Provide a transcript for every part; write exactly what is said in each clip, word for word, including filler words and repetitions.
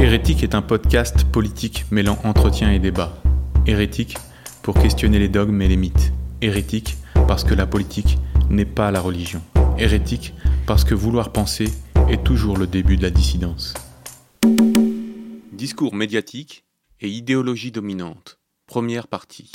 Hérétique est un podcast politique mêlant entretien et débat. Hérétique pour questionner les dogmes et les mythes. Hérétique parce que la politique n'est pas la religion. Hérétique parce que vouloir penser est toujours le début de la dissidence. Discours médiatique et idéologie dominante. Première partie.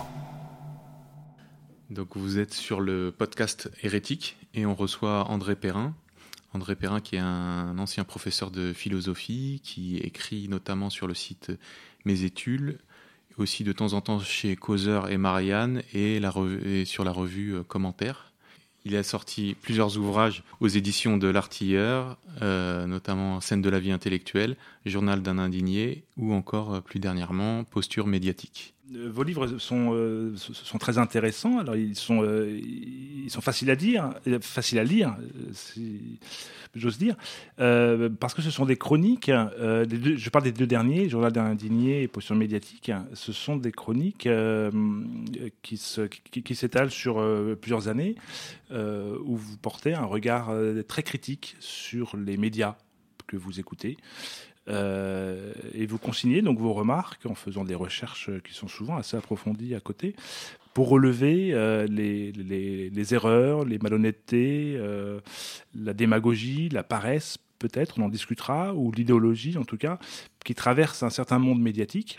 Donc vous êtes sur le podcast Hérétique et on reçoit André Perrin. André Perrin qui est un ancien professeur de philosophie, qui écrit notamment sur le site Mes Études, aussi de temps en temps chez Causeur et Marianne et, la revue, et sur la revue Commentaire. Il a sorti plusieurs ouvrages aux éditions de L'Artilleur, euh, notamment Scène de la vie intellectuelle, Journal d'un indigné ou encore plus dernièrement Posture médiatique. Vos livres sont, euh, sont très intéressants. Alors ils sont, euh, ils sont faciles à dire, faciles à lire, si j'ose dire, euh, parce que ce sont des chroniques. Euh, les deux, je parle des deux derniers, Journal d'un indigné et Posture médiatique. Ce sont des chroniques euh, qui, se, qui, qui s'étalent sur euh, plusieurs années, euh, où vous portez un regard euh, très critique sur les médias que vous écoutez. Euh, et vous consignez donc vos remarques en faisant des recherches qui sont souvent assez approfondies à côté pour relever euh, les, les, les erreurs, les malhonnêtetés, euh, la démagogie, la paresse peut-être, on en discutera, ou l'idéologie en tout cas, qui traverse un certain monde médiatique.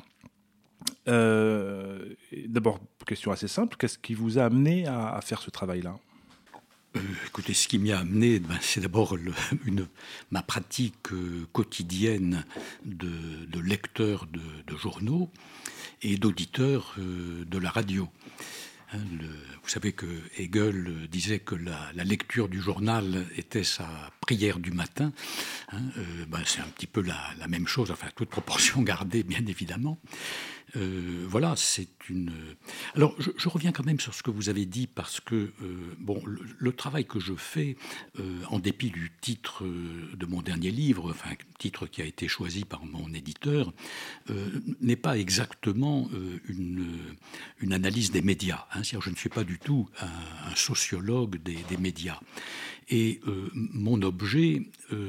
Euh, d'abord, question assez simple, qu'est-ce qui vous a amené à, à faire ce travail-là ? Euh, écoutez, ce qui m'y a amené, ben, c'est d'abord le, une, ma pratique euh, quotidienne de, de lecteur de, de journaux et d'auditeur euh, de la radio. Hein, le, vous savez que Hegel disait que la, la lecture du journal était sa prière du matin. Hein, euh, ben, c'est un petit peu la, la même chose, enfin toute proportion gardée, bien évidemment. Euh, voilà, c'est une... Alors, je, je reviens quand même sur ce que vous avez dit, parce que, euh, bon, le, le travail que je fais, euh, en dépit du titre de mon dernier livre, enfin, titre qui a été choisi par mon éditeur, euh, n'est pas exactement euh, une, une analyse des médias. Hein, c'est-à-dire, je ne suis pas du tout un, un sociologue des, des médias. Et euh, mon objet... Euh,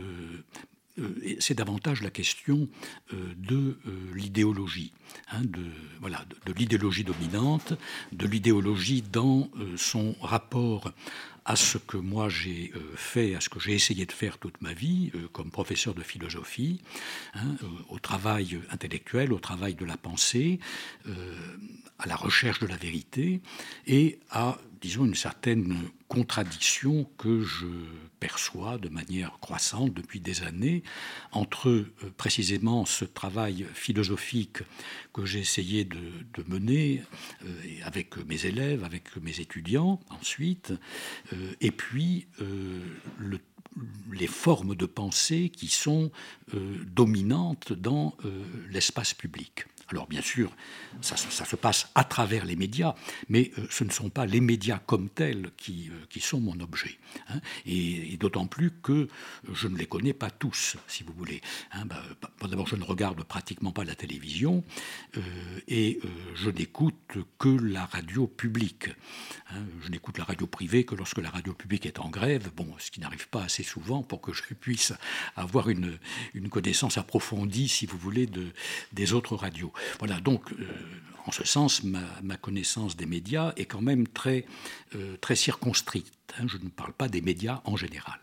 c'est davantage la question de l'idéologie, hein, de, voilà, de, de l'idéologie dominante, de l'idéologie dans son rapport à ce que moi j'ai fait, à ce que j'ai essayé de faire toute ma vie comme professeur de philosophie, hein, au travail intellectuel, au travail de la pensée, à la recherche de la vérité et à, disons, une certaine contradiction que je perçois de manière croissante depuis des années entre euh, précisément ce travail philosophique que j'ai essayé de, de mener euh, avec mes élèves, avec mes étudiants ensuite, euh, et puis euh, le les formes de pensée qui sont euh, dominantes dans euh, l'espace public. Alors bien sûr, ça, ça se passe à travers les médias, mais euh, ce ne sont pas les médias comme tels qui, euh, qui sont mon objet. Hein, et, et d'autant plus que je ne les connais pas tous, si vous voulez. Hein, bah, bah, d'abord, je ne regarde pratiquement pas la télévision euh, et euh, je n'écoute que la radio publique. Hein, je n'écoute la radio privée que lorsque la radio publique est en grève, bon, ce qui n'arrive pas assez souvent pour que je puisse avoir une, une connaissance approfondie, si vous voulez, de, des autres radios. Voilà, donc, euh, en ce sens, ma, ma connaissance des médias est quand même très, euh, très circonscrite. Hein, je ne parle pas des médias en général.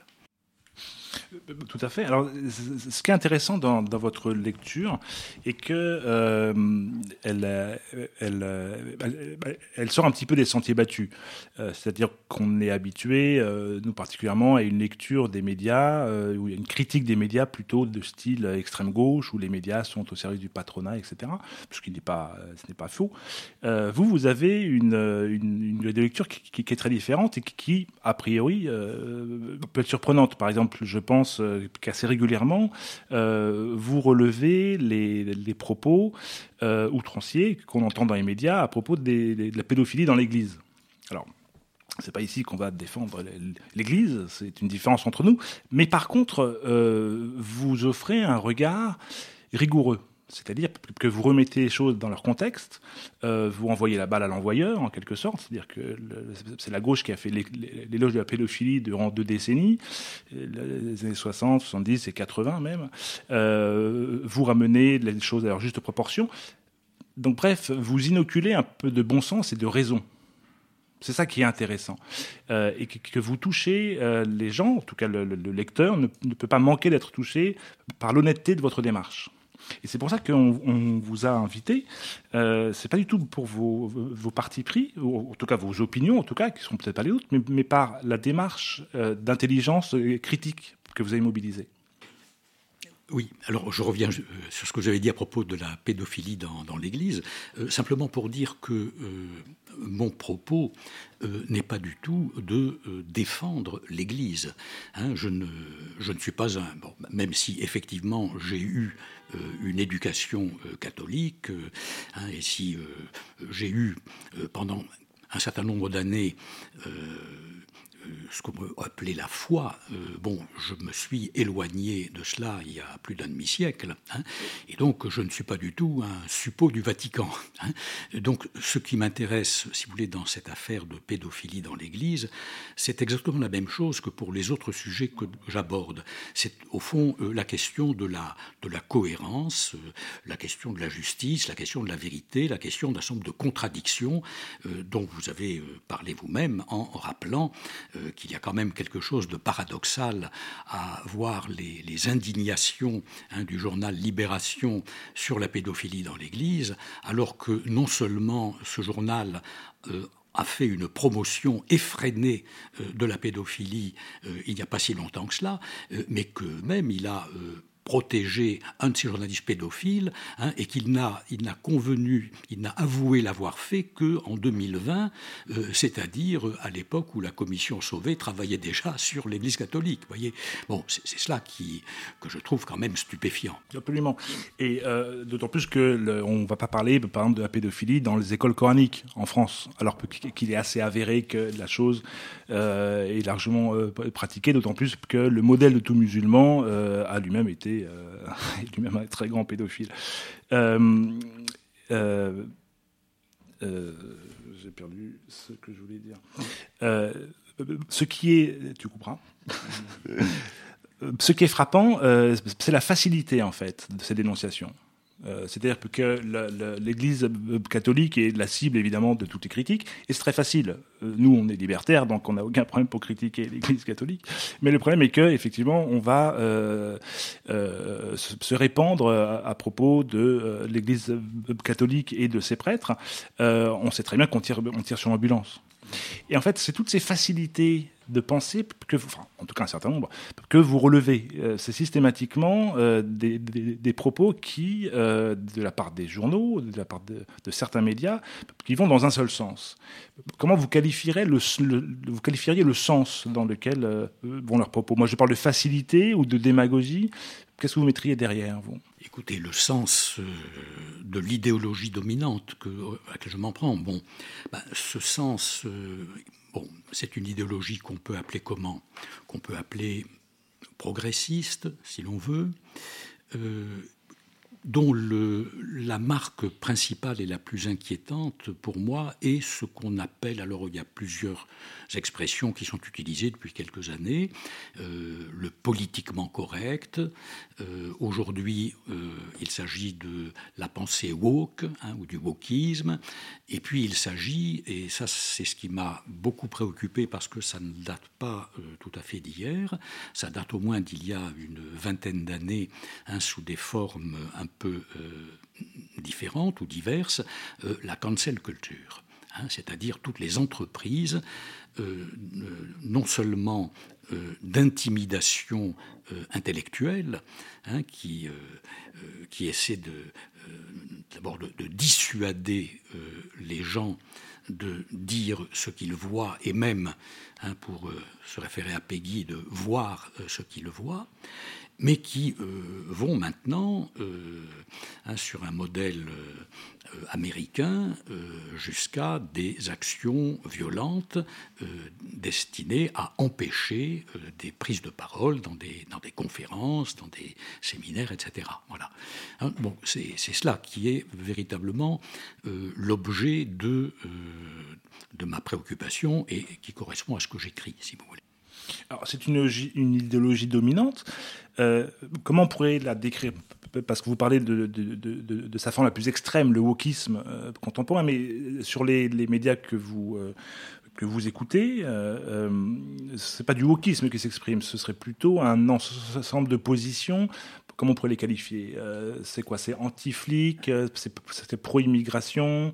Tout à fait. Alors, ce qui est intéressant dans, dans votre lecture est que euh, elle, elle, elle, elle sort un petit peu des sentiers battus. Euh, c'est-à-dire qu'on est habitué, euh, nous particulièrement, à une lecture des médias, euh, ou une critique des médias plutôt de style extrême gauche, où les médias sont au service du patronat, et cetera. Ce qui n'est pas, ce n'est pas faux. Euh, vous, vous avez une, une, une lecture qui, qui, qui est très différente et qui, qui a priori, euh, peut être surprenante. Par exemple, je pense qu'assez régulièrement, euh, vous relevez les, les propos euh, outranciers qu'on entend dans les médias à propos des, des, de la pédophilie dans l'Église. Alors, c'est pas ici qu'on va défendre l'Église, c'est une différence entre nous. Mais par contre, euh, vous offrez un regard rigoureux C'est-à-dire que vous remettez les choses dans leur contexte, euh, vous envoyez la balle à l'envoyeur, en quelque sorte. C'est-à-dire que le, c'est la gauche qui a fait l'éloge de la pédophilie durant deux décennies, les années soixante, soixante-dix et quatre-vingts même. Euh, vous ramenez les choses à leur juste proportion. Donc bref, vous inoculez un peu de bon sens et de raison. C'est ça qui est intéressant. Euh, et que, que vous touchez euh, les gens, en tout cas le, le, le lecteur, ne, ne peut pas manquer d'être touché par l'honnêteté de votre démarche. Et c'est pour ça qu'on on vous a invité. Euh, c'est pas du tout pour vos, vos partis pris, ou en tout cas vos opinions, en tout cas, qui ne seront peut-être pas les autres, mais, mais par la démarche euh, d'intelligence critique que vous avez mobilisée. Oui, alors je reviens sur ce que j'avais dit à propos de la pédophilie dans, dans l'Église, euh, simplement pour dire que euh, mon propos euh, n'est pas du tout de euh, défendre l'Église. Hein, je, ne, je ne suis pas un... Bon, même si effectivement j'ai eu euh, une éducation euh, catholique, euh, hein, et si euh, j'ai eu euh, pendant un certain nombre d'années... Euh, ce qu'on peut appeler la foi, euh, bon, je me suis éloigné de cela il y a plus d'un demi-siècle, hein, et donc je ne suis pas du tout un suppôt du Vatican. Hein. Donc ce qui m'intéresse, si vous voulez, dans cette affaire de pédophilie dans l'Église, c'est exactement la même chose que pour les autres sujets que j'aborde. C'est au fond euh, la question de la, de la cohérence, euh, la question de la justice, la question de la vérité, la question d'un certain nombre de contradictions euh, dont vous avez euh, parlé vous-même en rappelant Euh, qu'il y a quand même quelque chose de paradoxal à voir les, les indignations hein, du journal Libération sur la pédophilie dans l'Église, alors que non seulement ce journal euh, a fait une promotion effrénée euh, de la pédophilie euh, il n'y a pas si longtemps que cela, euh, mais que même il a... Euh, protéger un de ces journalistes pédophiles hein, et qu'il n'a, il n'a convenu, il n'a avoué l'avoir fait qu'en deux mille vingt, euh, c'est-à-dire à l'époque où la commission Sauvé travaillait déjà sur l'Église catholique. Vous voyez, bon, c'est, c'est cela qui, que je trouve quand même stupéfiant. Absolument. Et euh, d'autant plus que le, on ne va pas parler, par exemple, de la pédophilie dans les écoles coraniques en France, alors qu'il est assez avéré que la chose euh, est largement euh, pratiquée, d'autant plus que le modèle de tout musulman euh, a lui-même été Euh, lui-même un très grand pédophile. Euh, euh, euh, j'ai perdu ce que je voulais dire. Euh, ce qui est... Tu couperas. Ce qui est frappant, euh, c'est la facilité, en fait, de ces dénonciations. Euh, c'est-à-dire que la, la, l'Église catholique est la cible évidemment de toutes les critiques, et c'est très facile. Euh, nous, on est libertaires, donc on n'a aucun problème pour critiquer l'Église catholique. Mais le problème est que effectivement, on va euh, euh, se répandre à, à propos de euh, l'Église catholique et de ses prêtres. Euh, on sait très bien qu'on tire, on tire sur l'ambulance. Et en fait, c'est toutes ces facilités de penser que, vous, enfin, en tout cas un certain nombre, que vous relevez. Euh, c'est systématiquement euh, des, des, des propos qui, euh, de la part des journaux, de la part de, de certains médias, qui vont dans un seul sens. Comment vous qualifieriez le, le, vous qualifieriez le sens dans lequel euh, vont leurs propos ? Moi, je parle de facilité ou de démagogie. Qu'est-ce que vous mettriez derrière, vous ? Écoutez, le sens euh, de l'idéologie dominante que, à laquelle je m'en prends, bon, ben, ce sens, euh, bon, c'est une idéologie qu'on peut appeler comment ? Qu'on peut appeler progressiste, si l'on veut, euh, dont le, la marque principale et la plus inquiétante pour moi est ce qu'on appelle, alors il y a plusieurs expressions qui sont utilisées depuis quelques années, euh, le politiquement correct. Euh, aujourd'hui, euh, il s'agit de la pensée woke hein, ou du wokisme. Et puis il s'agit, et ça c'est ce qui m'a beaucoup préoccupé parce que ça ne date pas euh, tout à fait d'hier, ça date au moins d'il y a une vingtaine d'années hein, sous des formes un peu euh, différentes ou diverses, euh, la cancel culture. Hein, c'est-à-dire toutes les entreprises, euh, non seulement euh, d'intimidation euh, intellectuelle, hein, qui, euh, euh, qui essaient de, euh, d'abord de, de dissuader euh, les gens de dire ce qu'ils voient, et même, hein, pour euh, se référer à Peggy, de voir euh, ce qu'ils voient. mais qui euh, vont maintenant, euh, hein, sur un modèle euh, américain, euh, jusqu'à des actions violentes euh, destinées à empêcher euh, des prises de parole dans des, dans des conférences, dans des séminaires, et cetera. Voilà. Hein, bon, c'est, c'est cela qui est véritablement euh, l'objet de, euh, de ma préoccupation et qui correspond à ce que j'écris, si vous voulez. Alors, c'est une, une idéologie dominante. Euh, comment on pourrait la décrire ? Parce que vous parlez de, de, de, de, de sa forme la plus extrême, le wokisme euh, contemporain, mais sur les, les médias que vous, euh, que vous écoutez, euh, euh, ce n'est pas du wokisme qui s'exprime, ce serait plutôt un ensemble de positions. Comment on pourrait les qualifier ? euh, C'est quoi ? C'est anti-flic, c'est, c'est pro-immigration,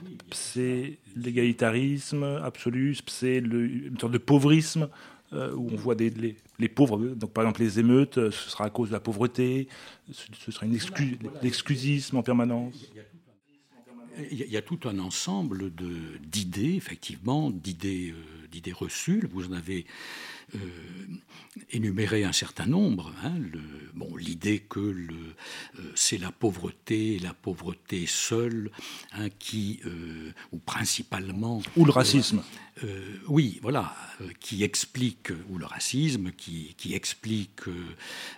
c'est l'égalitarisme absolu, c'est le, une sorte de pauvrisme euh, où on voit des, les, les pauvres, donc par exemple les émeutes, ce sera à cause de la pauvreté, ce, ce sera une exclu, l'exclusisme en permanence. Il y, a, il y a tout un ensemble de, d'idées, effectivement, d'idées, euh, d'idées reçues. Vous en avez euh, énuméré un certain nombre. Hein, le, bon, l'idée que le, euh, c'est la pauvreté, la pauvreté seule, hein, qui, euh, ou principalement... Ou le racisme. Euh, euh, oui, voilà, euh, qui explique, ou le racisme, qui, qui explique euh,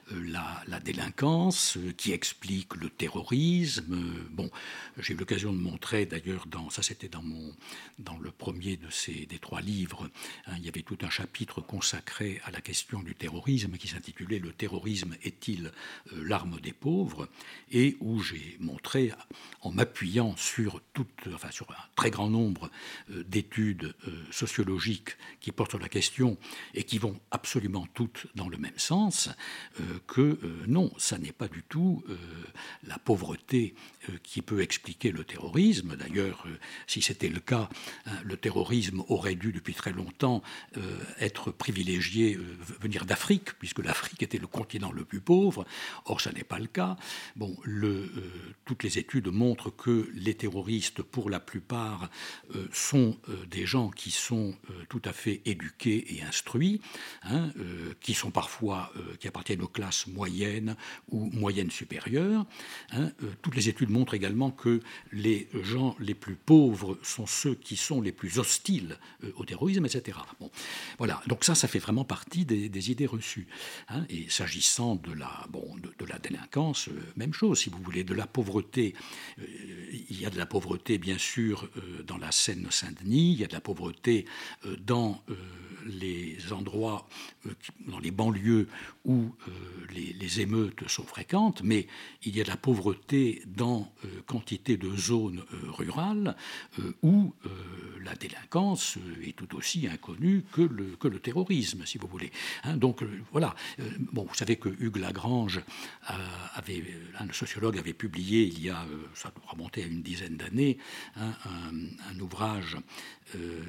la, la délinquance, euh, qui explique le terrorisme. Euh, bon, j'ai eu l'occasion de montrer, d'ailleurs, dans, ça c'était dans, mon, dans le premier de ces, des trois livres, hein, il y avait tout un chapitre consacré à la question du terrorisme qui s'intitulait « Le terrorisme est-il euh, l'arme des pauvres ?» et où j'ai montré, en m'appuyant sur, toute, enfin, sur un très grand nombre euh, d'études euh, sociologiques qui portent sur la question et qui vont absolument toutes dans le même sens, euh, que euh, non, ça n'est pas du tout euh, la pauvreté euh, qui peut expliquer le terrorisme. D'ailleurs, euh, si c'était le cas, hein, le terrorisme aurait dû depuis très longtemps euh, être privilégié, euh, venir d'Afrique, puisque l'Afrique était le continent le plus pauvre. Or, ça n'est pas le cas. Bon, le, euh, toutes les études montrent que les terroristes, pour la plupart, euh, sont euh, des gens qui sont euh, tout à fait éduqués et instruits, hein, euh, qui sont parfois, euh, qui appartiennent aux classes moyennes ou moyennes supérieures. Hein. Euh, toutes les études montrent également que les gens les plus pauvres sont ceux qui sont les plus hostiles euh, au terrorisme, et cetera. Bon, voilà. Donc ça, ça fait vraiment partie des, des idées reçues. Hein. Et s'agissant de la, bon, de, de la délinquance, euh, même chose, si vous voulez, de la pauvreté. Euh, il y a de la pauvreté, bien sûr, euh, dans la Seine-Saint-Denis, il y a de la pauvreté euh, dans euh, les endroits, euh, dans les banlieues où euh, les, les émeutes sont fréquentes, mais il y a de la pauvreté dans euh, quantité de zones euh, rurales euh, où euh, la délinquance est tout aussi inconnue que le, que le terrorisme, si vous voulez. Hein, donc euh, voilà. Euh, bon, vous savez que Hugues Lagrange, euh, avait, un sociologue, avait publié il y a, euh, ça doit remonter à une dizaine d'années, hein, un, un ouvrage, euh,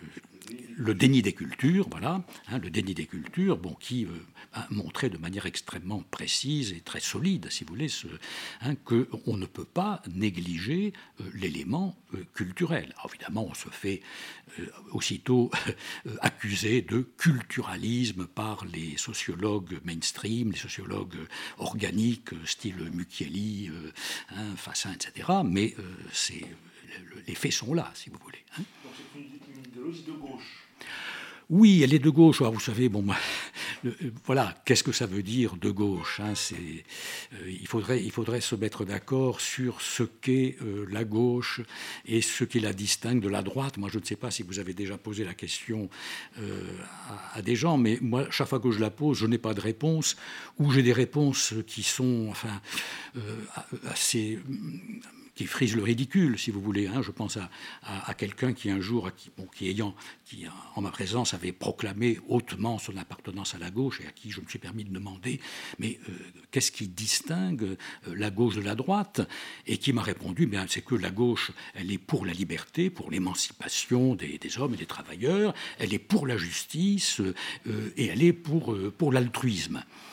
Le déni des cultures, voilà, hein, le déni des cultures, bon, qui euh, a montré de manière extrêmement précise et très solide, si vous voulez, ce, hein, qu'on ne peut pas négliger euh, l'élément euh, culturel. Alors, évidemment, on se fait euh, aussitôt euh, accuser de culturalisme par les sociologues mainstream, les sociologues organiques, style Mucchielli, euh, hein, Fassin, et cetera. Mais euh, c'est, les faits sont là, si vous voulez. Hein. Donc c'est une, une idéologie de gauche. Oui, elle est de gauche. Alors, vous savez, bon, le, voilà, qu'est-ce que ça veut dire de gauche, hein, c'est, euh, il, faudrait, il faudrait se mettre d'accord sur ce qu'est euh, la gauche et ce qui la distingue de la droite. Moi, je ne sais pas si vous avez déjà posé la question euh, à, à des gens, mais moi, chaque fois que je la pose, je n'ai pas de réponse, ou j'ai des réponses qui sont, enfin, euh, assez... qui frise le ridicule, si vous voulez. Hein. Je pense à, à, à quelqu'un qui un jour, qui, bon, qui ayant, qui en ma présence avait proclamé hautement son appartenance à la gauche et à qui je me suis permis de demander, mais euh, qu'est-ce qui distingue euh, la gauche de la droite ? Et qui m'a répondu, bien, c'est que la gauche, elle est pour la liberté, pour l'émancipation des, des hommes et des travailleurs, elle est pour la justice euh, et elle est pour, euh, pour l'altruisme.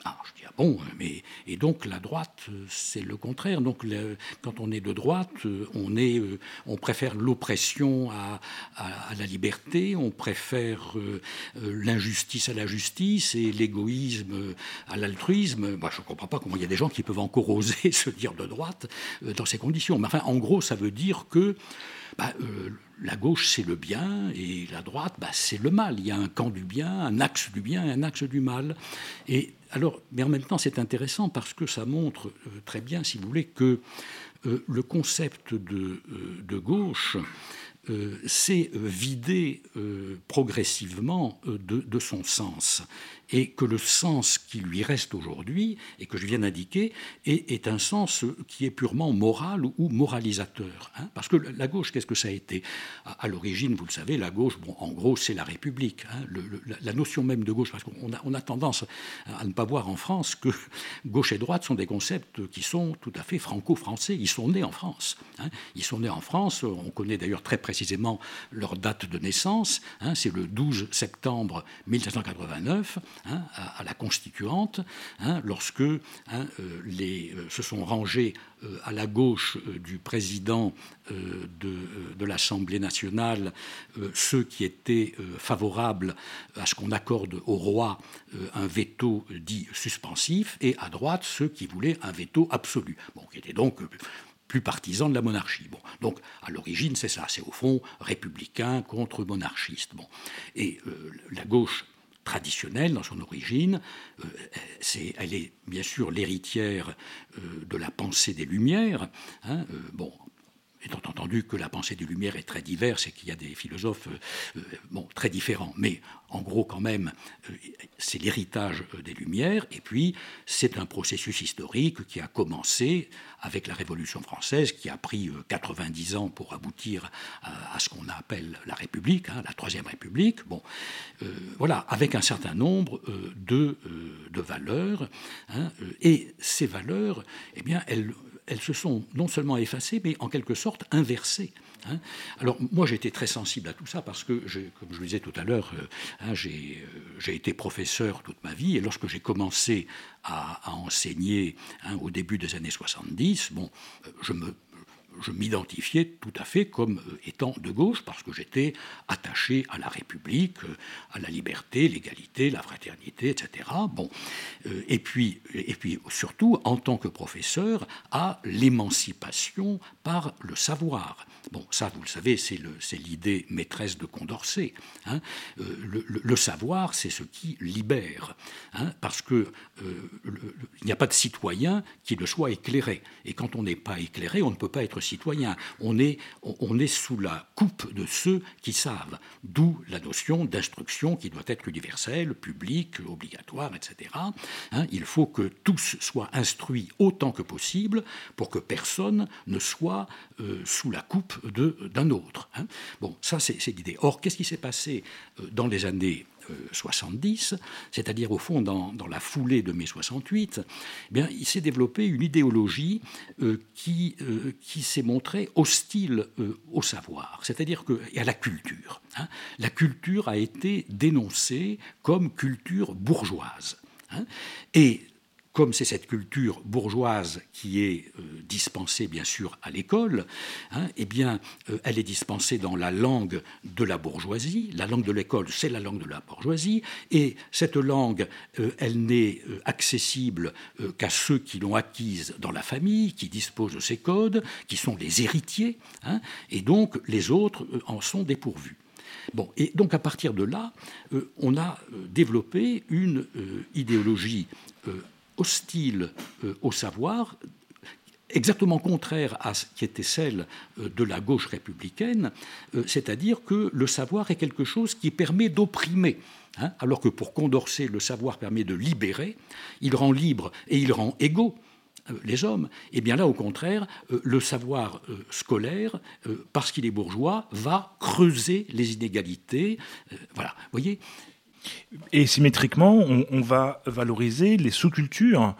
Ah, je dis, ah bon, mais et donc la droite, c'est le contraire. Donc le, quand on est de droite, on est, on préfère l'oppression à, à, à la liberté, on préfère euh, l'injustice à la justice et l'égoïsme à l'altruisme. Moi, je ne comprends pas comment il y a des gens qui peuvent encore oser se dire de droite euh, dans ces conditions. Mais enfin, en gros, ça veut dire que bah, euh, la gauche, c'est le bien, et la droite, bah, c'est le mal. Il y a un camp du bien, un axe du bien et un axe du mal. Et alors, mais en même temps, c'est intéressant parce que ça montre euh, très bien, si vous voulez, que euh, le concept de, euh, de gauche euh, s'est vidé euh, progressivement euh, de, de son sens. Et que le sens qui lui reste aujourd'hui, et que je viens d'indiquer, est, est un sens qui est purement moral ou moralisateur. Hein, parce que la gauche, qu'est-ce que ça a été ? À, à l'origine, vous le savez, la gauche, bon, en gros, c'est la République. Hein, le, le, la notion même de gauche, parce qu'on a, on a tendance à ne pas voir en France que gauche et droite sont des concepts qui sont tout à fait franco-français. Ils sont nés en France. Hein, ils sont nés en France. On connaît d'ailleurs très précisément leur date de naissance. Hein, c'est le douze septembre mille sept cent quatre-vingt-neuf. Hein, à, à la Constituante, hein, lorsque hein, euh, les, euh, se sont rangés euh, à la gauche euh, du président euh, de, euh, de l'Assemblée nationale euh, ceux qui étaient euh, favorables à ce qu'on accorde au roi euh, un veto dit suspensif, et à droite ceux qui voulaient un veto absolu, bon, qui était donc euh, plus partisan de la monarchie. Bon, donc, à l'origine, c'est ça, c'est au fond républicain contre monarchiste. Bon, et euh, la gauche traditionnelle dans son origine, euh, c'est, elle est bien sûr l'héritière euh, de la pensée des Lumières. Hein, euh, bon, étant entendu que la pensée des Lumières est très diverse et qu'il y a des philosophes euh, bon, très différents, mais en gros quand même, euh, c'est l'héritage des Lumières, et puis c'est un processus historique qui a commencé avec la Révolution française, qui a pris euh, quatre-vingt-dix ans pour aboutir à, à ce qu'on appelle la République, hein, la Troisième République, bon, euh, voilà, avec un certain nombre euh, de, euh, de valeurs, hein, euh, et ces valeurs, eh bien, elles elles se sont non seulement effacées, mais en quelque sorte inversées. Hein. Alors, moi, j'ai été très sensible à tout ça parce que, j'ai, comme je le disais tout à l'heure, euh, hein, j'ai, euh, j'ai été professeur toute ma vie, et lorsque j'ai commencé à, à enseigner hein, au début des années soixante-dix, bon, euh, je me... je m'identifiais tout à fait comme étant de gauche parce que j'étais attaché à la République, à la liberté, l'égalité, la fraternité, et cetera. Bon, et puis, et puis surtout, en tant que professeur, à l'émancipation par le savoir. Bon, ça, vous le savez, c'est, le, c'est l'idée maîtresse de Condorcet. Hein. Euh, le, le, le savoir, c'est ce qui libère, hein, parce que euh, le, le, il n'y a pas de citoyen qui ne soit éclairé. Et quand on n'est pas éclairé, on ne peut pas être citoyen. On est, on, on est sous la coupe de ceux qui savent. D'où la notion d'instruction qui doit être universelle, publique, obligatoire, et cetera. Hein, il faut que tous soient instruits autant que possible pour que personne ne soit euh, sous la coupe De, d'un autre. Hein. Bon, ça, c'est, c'est l'idée. Or, qu'est-ce qui s'est passé euh, dans les années euh, soixante-dix, c'est-à-dire, au fond, dans, dans la foulée de mai soixante-huit, eh bien, il s'est développé une idéologie euh, qui, euh, qui s'est montrée hostile euh, au savoir, c'est-à-dire que, et à la culture. Hein. La culture a été dénoncée comme culture bourgeoise. Hein. Et comme c'est cette culture bourgeoise qui est euh, dispensée, bien sûr, à l'école, hein, eh bien, euh, elle est dispensée dans la langue de la bourgeoisie. La langue de l'école, c'est la langue de la bourgeoisie. Et cette langue, euh, elle n'est euh, accessible euh, qu'à ceux qui l'ont acquise dans la famille, qui disposent de ces codes, qui sont les héritiers. Hein, et donc, les autres euh, en sont dépourvus. Bon, et donc, à partir de là, euh, on a euh, développé une euh, idéologie euh, hostile euh, au savoir, exactement contraire à ce qui était celle euh, de la gauche républicaine, euh, c'est-à-dire que le savoir est quelque chose qui permet d'opprimer. Hein, alors que pour Condorcet, le savoir permet de libérer, il rend libre et il rend égaux euh, les hommes. Et bien là, au contraire, euh, le savoir euh, scolaire, euh, parce qu'il est bourgeois, va creuser les inégalités. Euh, voilà, vous voyez ? Et symétriquement, on, on va valoriser les sous-cultures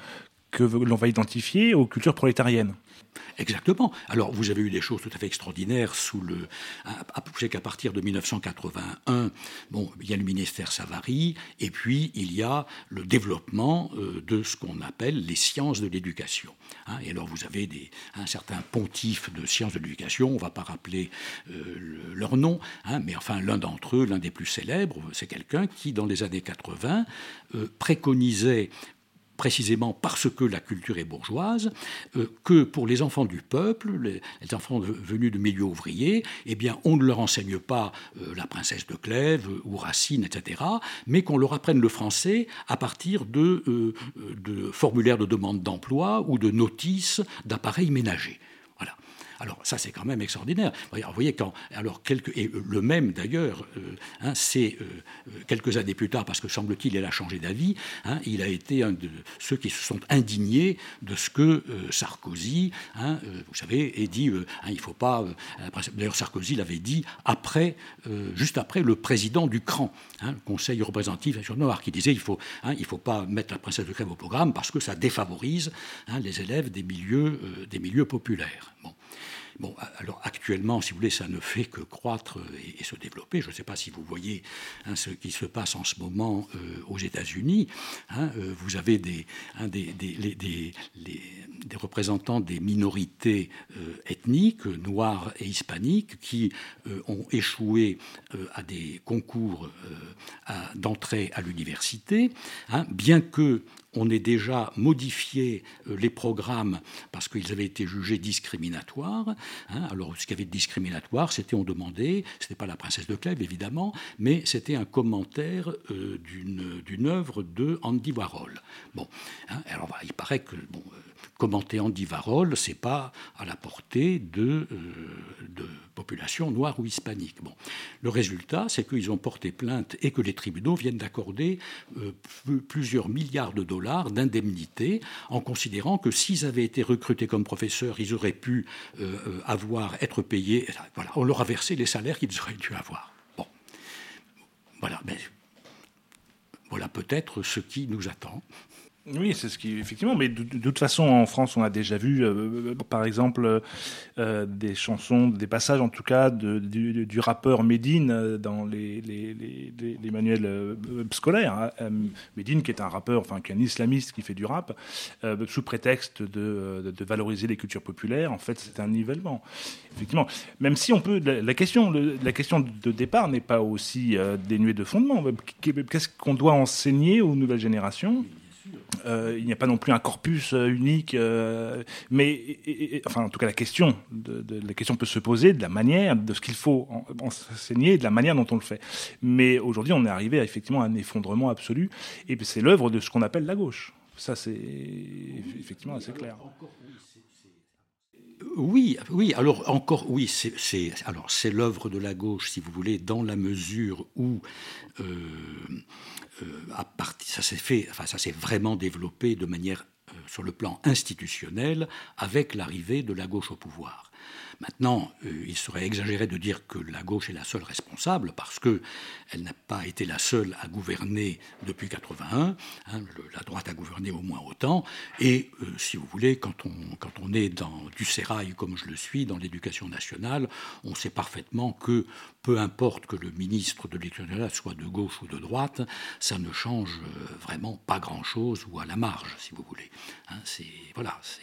que l'on va identifier aux cultures prolétariennes. Exactement. Alors, vous avez eu des choses tout à fait extraordinaires sous le. Vous savez qu'à partir de dix-neuf cent quatre-vingt-un, bon, il y a le ministère Savary, et puis il y a le développement euh, de ce qu'on appelle les sciences de l'éducation. Hein, et alors, vous avez des, un certain pontife de sciences de l'éducation, on ne va pas rappeler euh, le, leur nom, hein, mais enfin, l'un d'entre eux, l'un des plus célèbres, c'est quelqu'un qui, dans les années quatre-vingts, euh, préconisait, précisément parce que la culture est bourgeoise, euh, que pour les enfants du peuple, les, les enfants de, venus de milieux ouvriers, eh bien, on ne leur enseigne pas euh, la princesse de Clèves euh, ou Racine, et cetera, mais qu'on leur apprenne le français à partir de, euh, de formulaires de demande d'emploi ou de notices d'appareils ménagers. Voilà. Alors ça, c'est quand même extraordinaire. Vous voyez, quand, alors, quelques, et le même d'ailleurs, euh, hein, c'est euh, quelques années plus tard, parce que semble-t-il, il a changé d'avis, hein, il a été un de ceux qui se sont indignés de ce que euh, Sarkozy, hein, euh, vous savez, ait dit, euh, hein, il ne faut pas... Euh, d'ailleurs, Sarkozy l'avait dit après, euh, juste après le président du C R A N, hein, le Conseil représentatif national noir, qui disait il faut, hein, il faut pas mettre la princesse de Clèves au programme parce que ça défavorise, hein, les élèves des milieux, euh, des milieux populaires. Bon. Bon, alors actuellement, si vous voulez, ça ne fait que croître et, et se développer. Je ne sais pas si vous voyez, hein, ce qui se passe en ce moment euh, aux États-Unis. Hein, euh, vous avez des, hein, des, des, les, des, les, des représentants des minorités euh, ethniques, noires et hispaniques, qui euh, ont échoué euh, à des concours euh, à, d'entrée à l'université, hein, bien que on ait déjà modifié euh, les programmes parce qu'ils avaient été jugés discriminatoires. Hein. Alors, ce qu'il y avait de discriminatoire, c'était, on demandait, ce n'était pas la princesse de Clèves, évidemment, mais c'était un commentaire euh, d'une, d'une œuvre de Andy Warhol. Bon, hein, alors, bah, il paraît que, bon, euh, commenter Andy Warhol, ce n'est pas à la portée de, euh, de populations noires ou hispaniques. Bon. Le résultat, c'est qu'ils ont porté plainte et que les tribunaux viennent d'accorder euh, p- plusieurs milliards de dollars d'indemnités en considérant que s'ils avaient été recrutés comme professeurs, ils auraient pu euh, avoir, être payés. Voilà, on leur a versé les salaires qu'ils auraient dû avoir. Bon. Voilà, mais voilà peut-être ce qui nous attend. Oui, c'est ce qui, effectivement, mais de, de toute façon, en France, on a déjà vu, euh, par exemple, euh, des chansons, des passages, en tout cas, de, du, du rappeur Médine dans les, les, les, les manuels euh, scolaires. Hein. Euh, Médine, qui est un rappeur, enfin, qui est un islamiste qui fait du rap, euh, sous prétexte de, de, de valoriser les cultures populaires, en fait, c'est un nivellement. Effectivement, même si on peut, la, la question, le, la question de départ n'est pas aussi euh, dénuée de fondement. Qu'est-ce qu'on doit enseigner aux nouvelles générations ? Euh, il n'y a pas non plus un corpus euh, unique, euh, mais et, et, enfin, en tout cas, la question, de, de, la question peut se poser de la manière, de ce qu'il faut en, enseigner, de la manière dont on le fait. Mais aujourd'hui, on est arrivé à, effectivement à un effondrement absolu, et c'est l'œuvre de ce qu'on appelle la gauche. Ça, c'est effectivement assez clair. Oui, oui. Alors encore, oui, c'est, c'est alors c'est l'œuvre de la gauche, si vous voulez, dans la mesure où euh, euh, à partir, ça s'est fait, enfin, ça s'est vraiment développé de manière euh, sur le plan institutionnel avec l'arrivée de la gauche au pouvoir. Maintenant, euh, il serait exagéré de dire que la gauche est la seule responsable parce qu'elle n'a pas été la seule à gouverner depuis quatre-vingt-un. Hein, le, la droite a gouverné au moins autant. Et, euh, si vous voulez, quand on, quand on est dans du sérail, comme je le suis, dans l'éducation nationale, on sait parfaitement que peu importe que le ministre de l'éducation nationale soit de gauche ou de droite, ça ne change vraiment pas grand-chose ou à la marge, si vous voulez. Hein, c'est, voilà, c'est...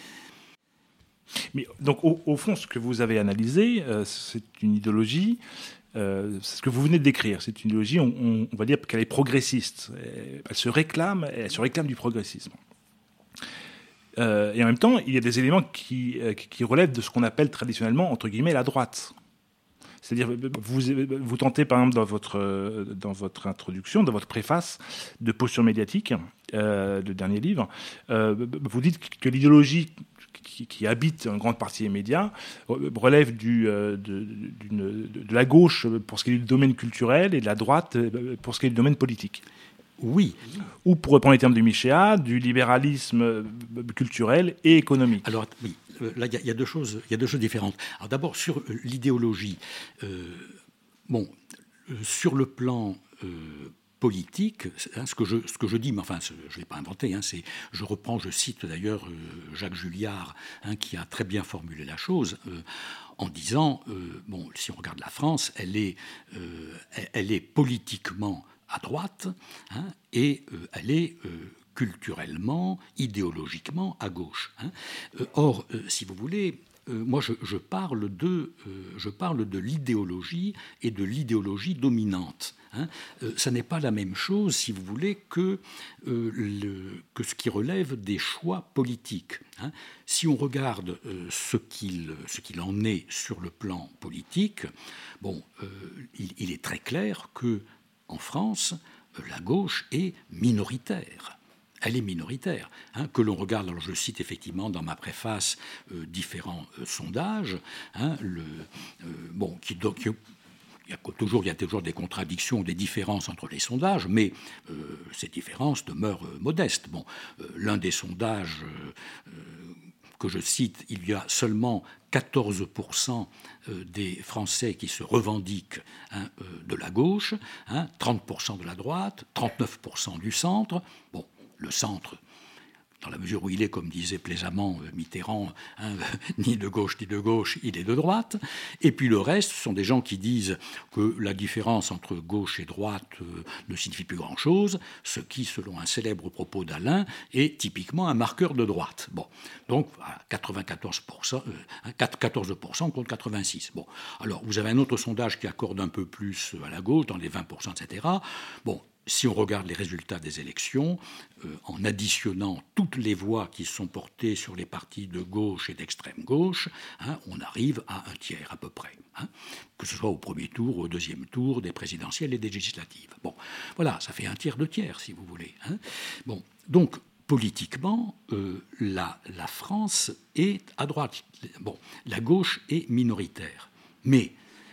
Mais donc, au, au fond, ce que vous avez analysé, euh, c'est une idéologie, euh, c'est ce que vous venez de décrire. C'est une idéologie, on, on, on va dire qu'elle est progressiste. Elle se réclame, elle se réclame du progressisme. Euh, et en même temps, il y a des éléments qui, euh, qui relèvent de ce qu'on appelle traditionnellement, entre guillemets, la droite. C'est-à-dire, vous, vous tentez, par exemple, dans votre, dans votre introduction, dans votre préface de Posture médiatique, euh, le dernier livre, euh, vous dites que l'idéologie qui, qui habite une grande partie des médias relève du, euh, de, d'une, de la gauche pour ce qui est du domaine culturel et de la droite pour ce qui est du domaine politique. Oui. Ou, pour reprendre les termes de Michéa, du libéralisme culturel et économique. Alors, oui. Là, il y, y a deux choses, il y a deux choses différentes. Alors, d'abord, sur l'idéologie, euh, bon, euh, sur le plan euh, politique, hein, ce, que je, ce que je dis, mais enfin, je ne l'ai pas inventé, hein, c'est, je reprends, je cite d'ailleurs euh, Jacques Julliard, hein, qui a très bien formulé la chose, euh, en disant, euh, bon, si on regarde la France, elle est, euh, elle est politiquement à droite, hein, et euh, elle est euh, culturellement, idéologiquement à gauche. Hein. Euh, or, euh, si vous voulez, euh, moi je, je, parle de, euh, je parle de l'idéologie et de l'idéologie dominante. Hein. Euh, ça n'est pas la même chose, si vous voulez, que, euh, le, que ce qui relève des choix politiques. Hein. Si on regarde euh, ce, qu'il, ce qu'il en est sur le plan politique, bon, euh, il, il est très clair que en France, euh, la gauche est minoritaire. Elle est minoritaire. Hein, que l'on regarde, alors je cite effectivement dans ma préface euh, différents euh, sondages, hein, le, euh, bon, qui, donc, il y a toujours, il y a toujours des contradictions, des différences entre les sondages, mais euh, ces différences demeurent euh, modestes. Bon, euh, l'un des sondages euh, que je cite, il y a seulement quatorze pour cent des Français qui se revendiquent hein, de la gauche, hein, trente pour cent de la droite, trente-neuf pour cent du centre. Bon, le centre, dans la mesure où il est, comme disait plaisamment Mitterrand, hein, ni de gauche ni de gauche, il est de droite. Et puis le reste, ce sont des gens qui disent que la différence entre gauche et droite euh, ne signifie plus grand-chose, ce qui, selon un célèbre propos d'Alain, est typiquement un marqueur de droite. Bon, donc quatre-vingt-quatorze pour cent, euh, quatorze pour cent contre quatre-vingt-six. Bon, alors vous avez un autre sondage qui accorde un peu plus à la gauche, dans les vingt pour cent, et cetera. Bon. Si on regarde les résultats des élections, euh, en additionnant toutes les voix qui sont portées sur les partis de gauche et d'extrême gauche, hein, on arrive à un tiers à peu près, hein, que ce soit au premier tour, au deuxième tour, des présidentielles et des législatives. Bon, voilà, ça fait un tiers de tiers, si vous voulez. Hein. Bon, donc politiquement, euh, la, la France est à droite. Bon, la gauche est minoritaire, mais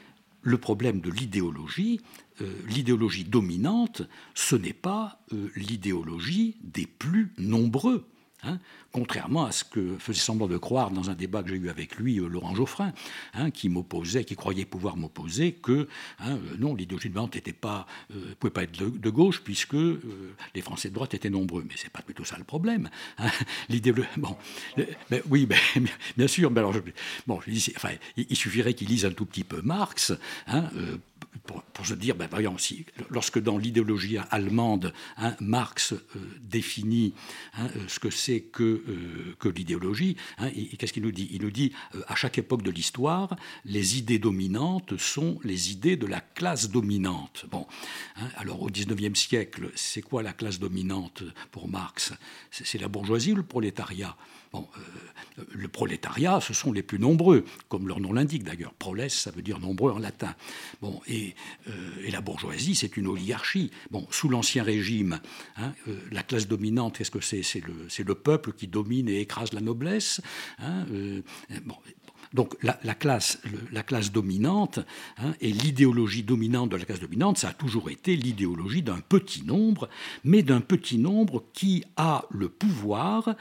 le problème de l'idéologie, euh, l'idéologie dominante, ce n'est pas euh, l'idéologie des plus nombreux. Hein, contrairement à ce que faisait semblant de croire dans un débat que j'ai eu avec lui, euh, Laurent Geoffrin, hein, qui m'opposait, qui croyait pouvoir m'opposer que hein, euh, non, l'idéologie dominante n'était pas, euh, pouvait pas être de, de gauche puisque euh, les Français de droite étaient nombreux. Mais c'est pas plutôt ça le problème. Hein, l'idéologie, bon, le, mais, oui, mais, bien sûr. Mais alors, je, bon, je dis, enfin, il, il suffirait qu'il lise un tout petit peu Marx. Hein, euh, Pour, pour se dire, ben, voyons, si, lorsque dans l'idéologie allemande, hein, Marx euh, définit hein, ce que c'est que, euh, que l'idéologie, hein, et, et qu'est-ce qu'il nous dit ? Il nous dit, euh, à chaque époque de l'histoire, les idées dominantes sont les idées de la classe dominante. Bon, hein, alors au dix-neuvième siècle, c'est quoi la classe dominante pour Marx ? c'est, c'est la bourgeoisie ou le prolétariat ? Bon, euh, le prolétariat, ce sont les plus nombreux, comme leur nom l'indique d'ailleurs. Proles, ça veut dire nombreux en latin. Bon, et, euh, et la bourgeoisie, c'est une oligarchie. Bon, sous l'Ancien Régime, hein, euh, la classe dominante, qu'est-ce que c'est ? C'est le, c'est le peuple qui domine et écrase la noblesse. Hein, euh, bon, donc la, la, classe, le, la classe dominante hein, et l'idéologie dominante de la classe dominante, ça a toujours été l'idéologie d'un petit nombre, mais d'un petit nombre qui a le pouvoir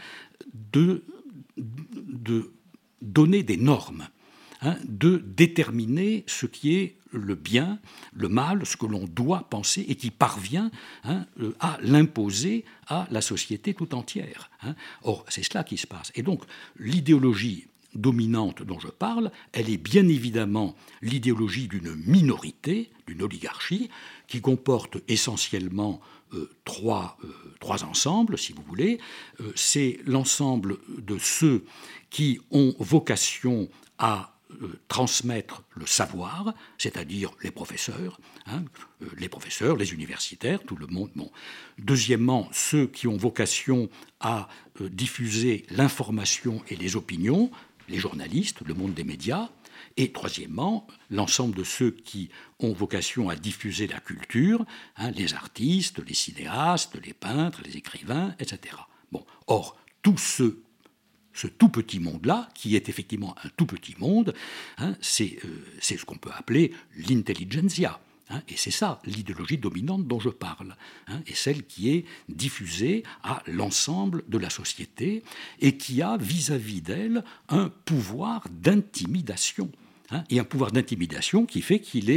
de, de donner des normes, hein, de déterminer ce qui est le bien, le mal, ce que l'on doit penser et qui parvient hein, à l'imposer à la société tout entière. Hein. Or, c'est cela qui se passe. Et donc, l'idéologie dominante dont je parle, elle est bien évidemment l'idéologie d'une minorité, d'une oligarchie, qui comporte essentiellement euh, trois, euh, trois ensembles, si vous voulez. Euh, c'est l'ensemble de ceux qui ont vocation à euh, transmettre le savoir, c'est-à-dire les professeurs, hein, euh, les professeurs, les universitaires, tout le monde. Bon. Deuxièmement, ceux qui ont vocation à euh, diffuser l'information et les opinions, les journalistes, le monde des médias, et troisièmement, l'ensemble de ceux qui ont vocation à diffuser la culture, hein, les artistes, les cinéastes, les peintres, les écrivains, et cetera. Bon, or, tout ce, ce tout petit monde-là, qui est effectivement un tout petit monde, hein, c'est, euh, c'est ce qu'on peut appeler l'intelligentsia. Hein, et c'est ça, l'idéologie dominante dont je parle, hein, et celle qui est diffusée à l'ensemble de la société et qui a vis-à-vis d'elle un pouvoir d'intimidation. Hein, et un pouvoir d'intimidation qui fait qu'il est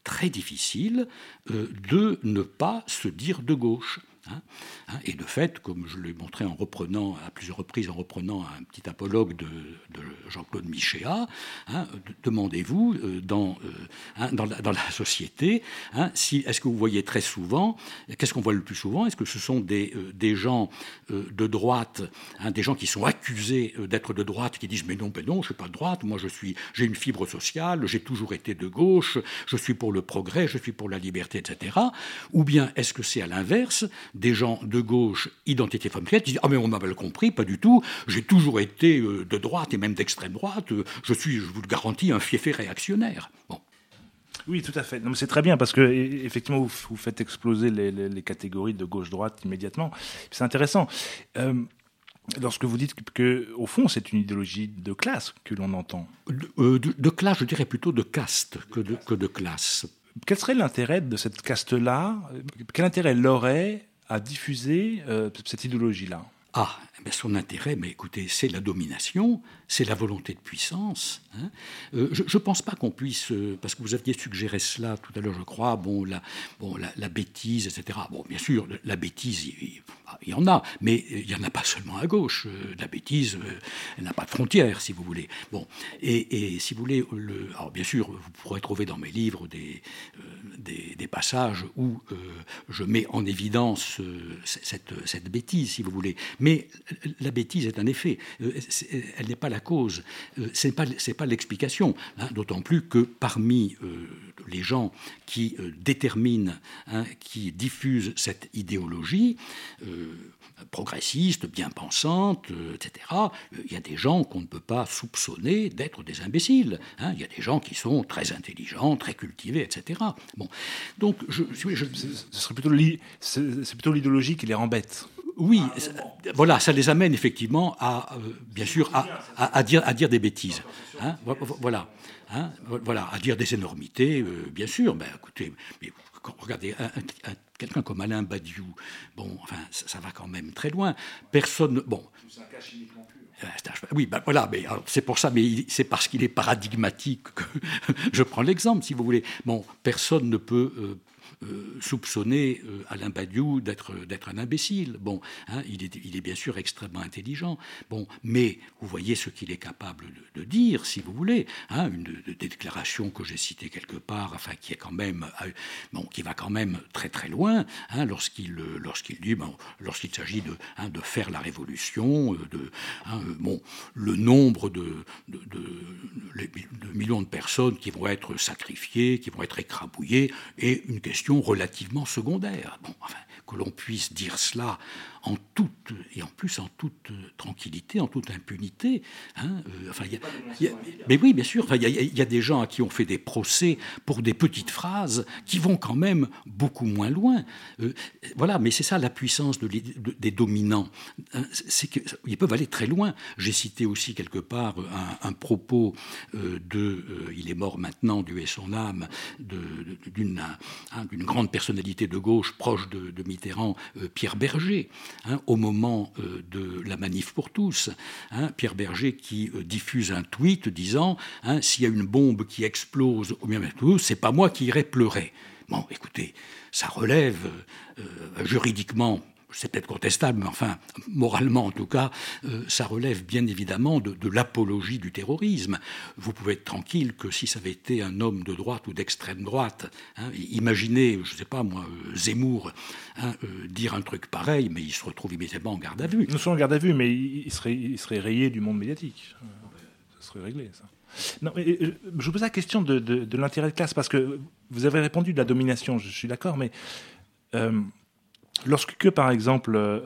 très difficile euh, de ne pas se dire de gauche. Hein, hein, et de fait, comme je l'ai montré en reprenant à plusieurs reprises, en reprenant un petit apologue de, de Jean-Claude Michéa, hein, de, demandez-vous euh, dans, euh, hein, dans, la, dans la société, hein, si, est-ce que vous voyez très souvent, qu'est-ce qu'on voit le plus souvent? Est-ce que ce sont des, euh, des gens euh, de droite, hein, des gens qui sont accusés euh, d'être de droite, qui disent mais non, mais non, je ne suis pas de droite, moi je suis, j'ai une fibre sociale, j'ai toujours été de gauche, je suis pour le progrès, je suis pour la liberté, et cetera. Ou bien est-ce que c'est à l'inverse, des gens de gauche, identité familiale, qui disent « Ah, mais on m'a mal compris, pas du tout, j'ai toujours été de droite et même d'extrême droite, je suis, je vous le garantis, un fiefé réactionnaire. » Bon. Oui, tout à fait. Non, mais c'est très bien parce que effectivement, vous, vous faites exploser les, les, les catégories de gauche-droite immédiatement. C'est intéressant. Euh, lorsque vous dites que, au fond, c'est une idéologie de classe que l'on entend. De, euh, de, de classe, je dirais plutôt de caste que de, que de classe. Quel serait l'intérêt de cette caste-là? Quel intérêt elle aurait à diffuser euh, cette idéologie-là? Ah, ben son intérêt, mais écoutez, c'est la domination, c'est la volonté de puissance. Hein. Euh, je ne pense pas qu'on puisse, euh, parce que vous aviez suggéré cela tout à l'heure, je crois, bon, la, bon, la, la bêtise, et cetera. Bon, bien sûr, la bêtise, il, il y en a, mais il n'y en a pas seulement à gauche. La bêtise, euh, elle n'a pas de frontières, si vous voulez. Bon, et, et si vous voulez, le, alors bien sûr, vous pourrez trouver dans mes livres des, euh, des, des passages où euh, je mets en évidence euh, cette, cette bêtise, si vous voulez. Mais la bêtise est un effet, elle n'est pas la cause, ce n'est pas, c'est pas l'explication, hein, d'autant plus que parmi euh, les gens qui euh, déterminent, hein, qui diffusent cette idéologie euh, progressiste, bien pensante, euh, et cetera, il y a des gens qu'on ne peut pas soupçonner d'être des imbéciles. Hein, il y a des gens qui sont très intelligents, très cultivés, et cetera. Bon, donc, je, je, je, ce serait plutôt, c'est, c'est plutôt l'idéologie qui les rend bêtes. Oui, ça, voilà, ça les amène effectivement à, euh, bien sûr, à, à, à, dire, à dire des bêtises. Hein, voilà, hein, voilà, à dire des énormités, euh, bien sûr. Ben, écoutez, mais, regardez, un, un, quelqu'un comme Alain Badiou, bon, enfin, ça, ça va quand même très loin. Personne, bon. C'est un cas chimiquement pur. Oui, ben voilà, mais alors, c'est pour ça, mais il, c'est parce qu'il est paradigmatique que je prends l'exemple, si vous voulez. Bon, personne ne peut euh, Euh, soupçonner euh, Alain Badiou d'être, d'être un imbécile. Bon, hein, il, est, il est bien sûr extrêmement intelligent. Bon, mais vous voyez ce qu'il est capable de, de dire, si vous voulez. Hein, une de, de déclaration que j'ai citée quelque part, enfin, qui est quand même, euh, bon, qui va quand même très très loin, hein, lorsqu'il, euh, lorsqu'il dit, bon, lorsqu'il s'agit de, hein, de faire la révolution, euh, de, hein, euh, bon, le nombre de, de, de, de, de millions de personnes qui vont être sacrifiées, qui vont être écrabouillées, et une question relativement secondaire. Bon, enfin, que l'on puisse dire cela en toute, et en plus en toute tranquillité, en toute impunité. Hein, euh, enfin, y a, y a, mais oui, bien sûr, enfin, il y, y a des gens à qui on fait des procès pour des petites phrases qui vont quand même beaucoup moins loin. Euh, voilà, mais c'est ça la puissance de, de, des dominants. Hein, c'est qu'ils peuvent aller très loin. J'ai cité aussi quelque part un, un propos euh, de, euh, il est mort maintenant, Dieu ait son âme, de, de, d'une, hein, d'une grande personnalité de gauche proche de, de Mitterrand, euh, Pierre Berger. Hein, au moment euh, de la manif pour tous, hein, Pierre Berger qui euh, diffuse un tweet disant hein, s'il y a une bombe qui explose au milieu de tous, c'est pas moi qui irai pleurer. Bon, écoutez, ça relève euh, juridiquement. C'est peut-être contestable, mais enfin, moralement en tout cas, euh, ça relève bien évidemment de, de l'apologie du terrorisme. Vous pouvez être tranquille que si ça avait été un homme de droite ou d'extrême droite, hein, imaginez, je ne sais pas moi, euh, Zemmour, hein, euh, dire un truc pareil, mais il se retrouve immédiatement en garde à vue. Nous sommes en garde à vue, mais il serait, il serait rayé du monde médiatique. Ça serait réglé, ça. Non, mais je vous pose la question de, de, de l'intérêt de classe, parce que vous avez répondu de la domination, je suis d'accord, mais... Euh, Lorsque, par exemple, euh,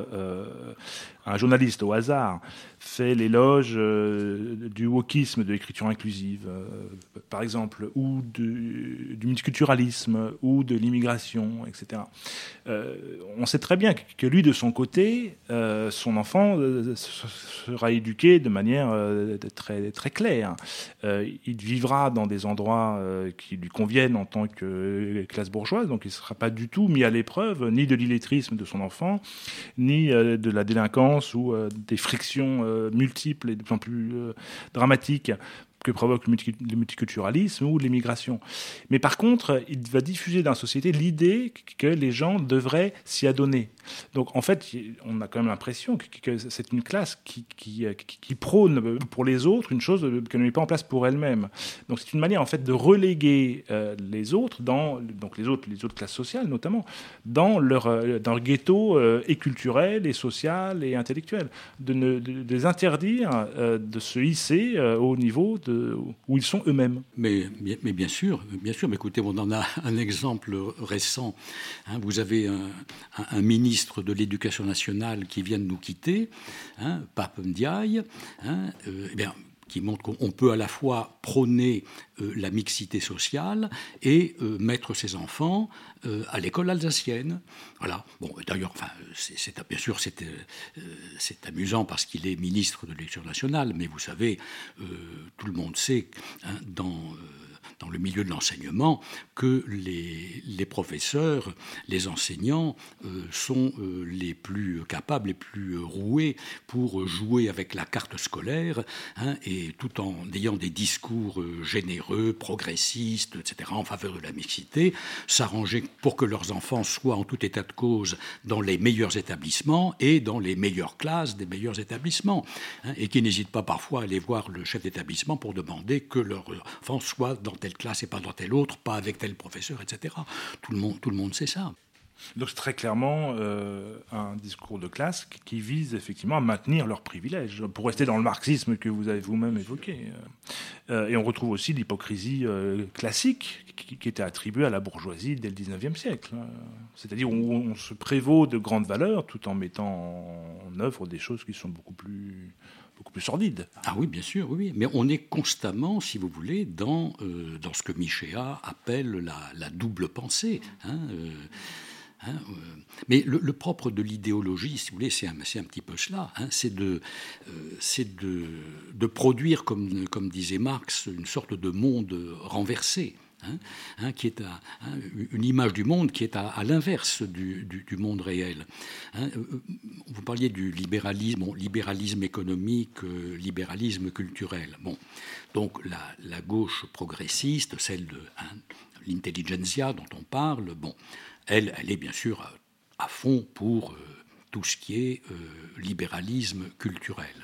euh, un journaliste au hasard fait l'éloge euh, du wokisme, de l'écriture inclusive, euh, par exemple, ou du, du multiculturalisme, ou de l'immigration, et cetera, euh, on sait très bien que lui, de son côté, euh, son enfant euh, sera éduqué de manière euh, très, très claire. Euh, il vivra dans des endroits euh, qui lui conviennent en tant que classe bourgeoise, donc il ne sera pas du tout mis à l'épreuve, ni de l'illettrisme de son enfant, ni euh, de la délinquance ou euh, des frictions euh, multiples et de plus en plus euh, dramatiques que provoque le multiculturalisme ou l'immigration. Mais par contre, il va diffuser dans la société l'idée que les gens devraient s'y adonner. Donc en fait, on a quand même l'impression que, que c'est une classe qui, qui, qui, qui prône pour les autres une chose qu'elle ne met pas en place pour elle-même. Donc c'est une manière en fait de reléguer euh, les autres, dans, donc les autres, les autres classes sociales notamment, dans leur, euh, dans leur ghetto euh, et culturel, et social, et intellectuel, de, ne, de, de les interdire euh, de se hisser euh, au niveau de, où ils sont eux-mêmes. Mais, mais bien sûr, bien sûr. Mais écoutez, on en a un exemple récent. Hein, vous avez un, un, un ministre de l'Éducation nationale qui vient de nous quitter, hein, Pape Ndiaye, hein, euh, eh bien, qui montre qu'on peut à la fois prôner euh, la mixité sociale et euh, mettre ses enfants euh, à l'école alsacienne. Voilà. Bon, d'ailleurs, enfin, c'est, c'est, bien sûr, c'est, euh, c'est amusant parce qu'il est ministre de l'Éducation nationale, mais vous savez, euh, tout le monde sait, hein, dans... Euh, dans le milieu de l'enseignement, que les, les professeurs, les enseignants euh, sont euh, les plus capables, les plus roués pour jouer avec la carte scolaire, hein, et tout en ayant des discours euh, généreux, progressistes, et cetera, en faveur de la mixité, s'arranger pour que leurs enfants soient en tout état de cause dans les meilleurs établissements et dans les meilleures classes des meilleurs établissements, hein, et qui n'hésitent pas parfois à aller voir le chef d'établissement pour demander que leurs enfants soient dans telle classe et pas dans telle autre, pas avec tel professeur, et cetera. Tout le monde, tout le monde sait ça. Donc c'est très clairement euh, un discours de classe qui vise effectivement à maintenir leurs privilèges, pour rester dans le marxisme que vous avez vous-même évoqué. Euh, et on retrouve aussi l'hypocrisie euh, classique qui, qui était attribuée à la bourgeoisie dès le dix-neuvième siècle. C'est-à-dire où on se prévaut de grandes valeurs tout en mettant en œuvre des choses qui sont beaucoup plus... beaucoup plus sordide. Ah oui, bien sûr, oui. Mais on est constamment, si vous voulez, dans, euh, dans ce que Michéa appelle la, la double pensée. Hein, euh, hein, euh. Mais le, le propre de l'idéologie, si vous voulez, c'est un, c'est un petit peu cela. Hein, c'est de, euh, c'est de, de produire, comme, comme disait Marx, une sorte de monde renversé. Hein, hein, qui est à, hein, une image du monde qui est à, à l'inverse du, du, du monde réel. Hein, vous parliez du libéralisme, bon, libéralisme économique, euh, libéralisme culturel. Bon, donc la, la gauche progressiste, celle de hein, l'intelligentsia dont on parle, bon, elle, elle est bien sûr à, à fond pour euh, tout ce qui est euh, libéralisme culturel.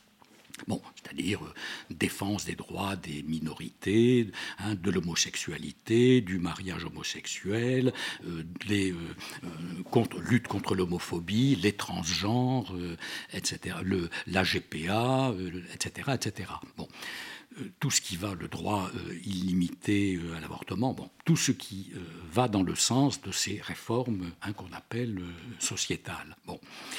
Bon, c'est-à-dire euh, défense des droits des minorités, hein, de l'homosexualité, du mariage homosexuel, euh, les, euh, euh, contre, lutte contre l'homophobie, les transgenres, euh, et cetera, le, l'A G P A, euh, et cetera, et cetera. Bon, euh, tout ce qui va, le droit euh, illimité euh, à l'avortement, bon, tout ce qui euh, va dans le sens de ces réformes hein, qu'on appelle euh, sociétales. Bon.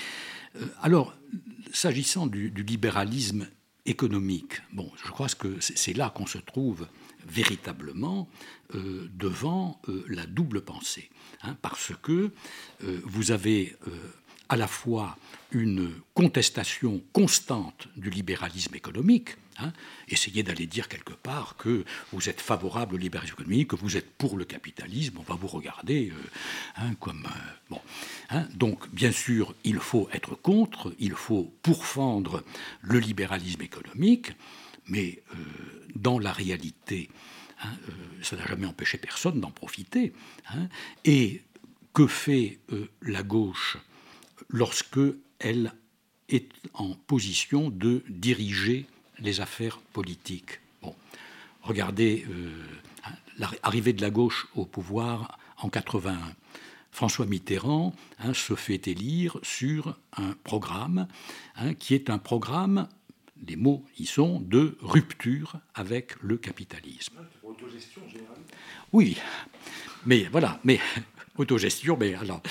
Alors, s'agissant du, du libéralisme économique, bon, je crois que c'est là qu'on se trouve véritablement euh, devant euh, la double pensée, hein, parce que euh, vous avez euh, à la fois une contestation constante du libéralisme économique, hein, essayez d'aller dire quelque part que vous êtes favorable au libéralisme économique, que vous êtes pour le capitalisme, on va vous regarder euh, hein, comme... Euh, bon, hein, donc, bien sûr, il faut être contre, il faut pourfendre le libéralisme économique, mais euh, dans la réalité, hein, euh, ça n'a jamais empêché personne d'en profiter. Hein, et que fait euh, la gauche lorsque elle est en position de diriger les affaires politiques? Bon, regardez euh, l'arrivée de la gauche au pouvoir en quatre-vingt-un. François Mitterrand hein, se fait élire sur un programme hein, qui est un programme, les mots y sont, de rupture avec le capitalisme. Autogestion générale. Oui, mais voilà, mais autogestion, mais alors...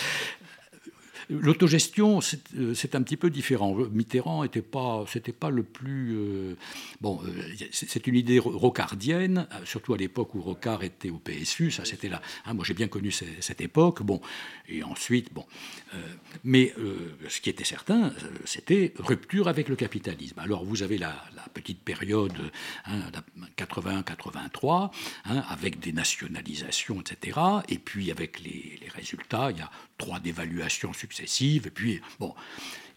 L'autogestion, c'est, c'est un petit peu différent. Mitterrand n'était pas, c'était pas le plus... Euh, bon, euh, c'est une idée rocardienne, surtout à l'époque où Rocard était au P S U. Ça, c'était là. Hein, moi, j'ai bien connu cette, cette époque. Bon, et ensuite, bon. Euh, mais euh, ce qui était certain, c'était rupture avec le capitalisme. Alors, vous avez la, la petite période hein, quatre-vingt-un quatre-vingt-trois, hein, avec des nationalisations, et cetera. Et puis, avec les, les résultats, il y a trois dévaluations successives. Et puis, bon,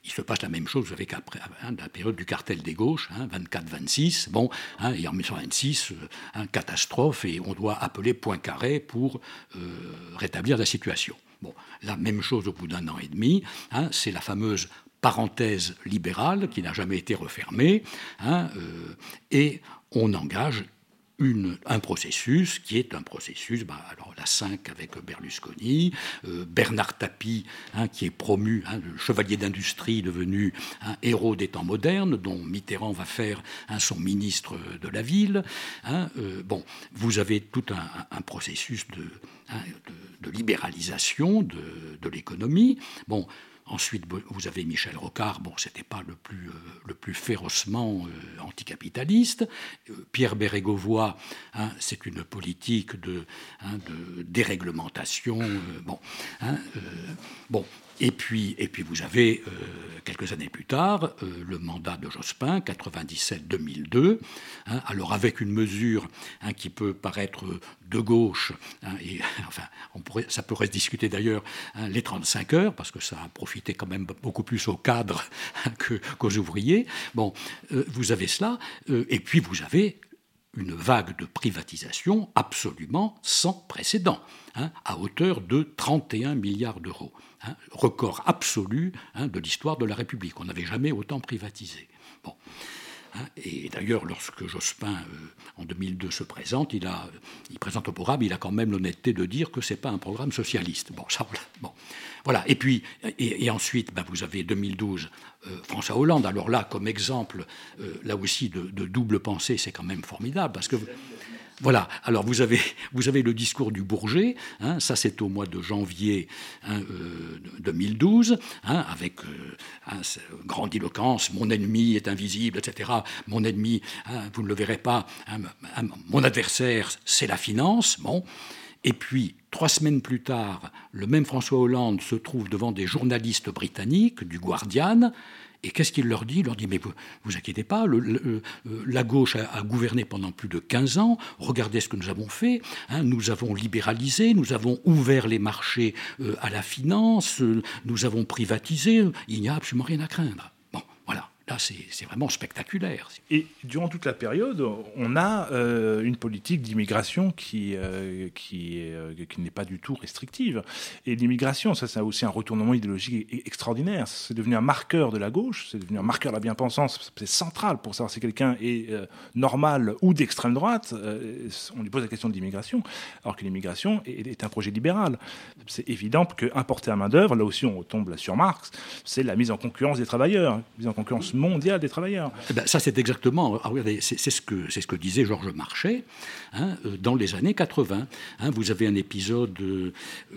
il se passe la même chose avec après, hein, la période du cartel des gauches, hein, vingt-quatre vingt-six, bon, hein, et en dix-neuf cent vingt-six, euh, hein, catastrophe, et on doit appeler Poincaré pour euh, rétablir la situation. Bon, la même chose au bout d'un an et demi, hein, c'est la fameuse parenthèse libérale qui n'a jamais été refermée, hein, euh, et on engage Une, un processus qui est un processus, bah, alors la cinq avec Berlusconi, euh, Bernard Tapie, hein, qui est promu, hein, le chevalier d'industrie devenu un hein, héros des temps modernes, dont Mitterrand va faire hein, son ministre de la ville. Hein, euh, bon, vous avez tout un, un processus de, hein, de, de libéralisation de, de l'économie. Bon. Ensuite, vous avez Michel Rocard, bon, c'était pas le plus, euh, le plus férocement euh, anticapitaliste. Euh, Pierre Bérégovoy, hein, c'est une politique de, hein, de déréglementation. Euh, bon, hein, euh, bon. Et puis, et puis vous avez, euh, quelques années plus tard, euh, le mandat de Jospin, quatre-vingt-dix-sept deux mille deux, hein, alors avec une mesure hein, qui peut paraître de gauche, hein, et enfin, on pourrait, ça pourrait se discuter d'ailleurs, hein, les trente-cinq heures, parce que ça a profité quand même beaucoup plus aux cadres hein, que, qu'aux ouvriers. Bon, euh, vous avez cela, euh, et puis vous avez une vague de privatisation absolument sans précédent, hein, à hauteur de trente et un milliards d'euros. Hein, record absolu hein, de l'histoire de la République. On n'avait jamais autant privatisé. Bon. Hein, et d'ailleurs, lorsque Jospin, euh, en deux mille deux, se présente, il, a, il présente au programme, il a quand même l'honnêteté de dire que ce n'est pas un programme socialiste. Bon, ça, voilà. Bon. Voilà. Et puis, et, et ensuite, ben, vous avez deux mille douze, euh, François Hollande. Alors là, comme exemple, euh, là aussi, de, de double pensée, c'est quand même formidable, parce que... Voilà, alors vous avez, vous avez le discours du Bourget, hein, ça c'est au mois de janvier hein, euh, deux mille douze, hein, avec euh, hein, grandiloquence, mon ennemi est invisible, et cetera. Mon ennemi, hein, vous ne le verrez pas, hein, mon adversaire c'est la finance, bon. Et puis, trois semaines plus tard, le même François Hollande se trouve devant des journalistes britanniques du Guardian. Et qu'est-ce qu'il leur dit ? Il leur dit, mais vous vous inquiétez pas, le, le, la gauche a, a gouverné pendant plus de quinze ans, regardez ce que nous avons fait, hein, nous avons libéralisé, nous avons ouvert les marchés euh, à la finance, euh, nous avons privatisé, il n'y a absolument rien à craindre. Bon, voilà. Là, c'est, c'est vraiment spectaculaire. Et durant toute la période, on a euh, une politique d'immigration qui, euh, qui, euh, qui n'est pas du tout restrictive. Et l'immigration, ça, c'est aussi un retournement idéologique extraordinaire. C'est devenu un marqueur de la gauche, c'est devenu un marqueur de la bien-pensance. C'est central pour savoir si quelqu'un est euh, normal ou d'extrême droite. Euh, on lui pose la question de l'immigration, alors que l'immigration est, est un projet libéral. C'est évident qu'importer à main-d'œuvre, là aussi on retombe là sur Marx, c'est la mise en concurrence des travailleurs, mise en concurrence mondiale des travailleurs. Eh ben, ça, c'est exactement... Ah, regardez, c'est, c'est, ce que, c'est ce que disait Georges Marchais hein, dans les années quatre-vingts. Hein, vous avez un épisode euh,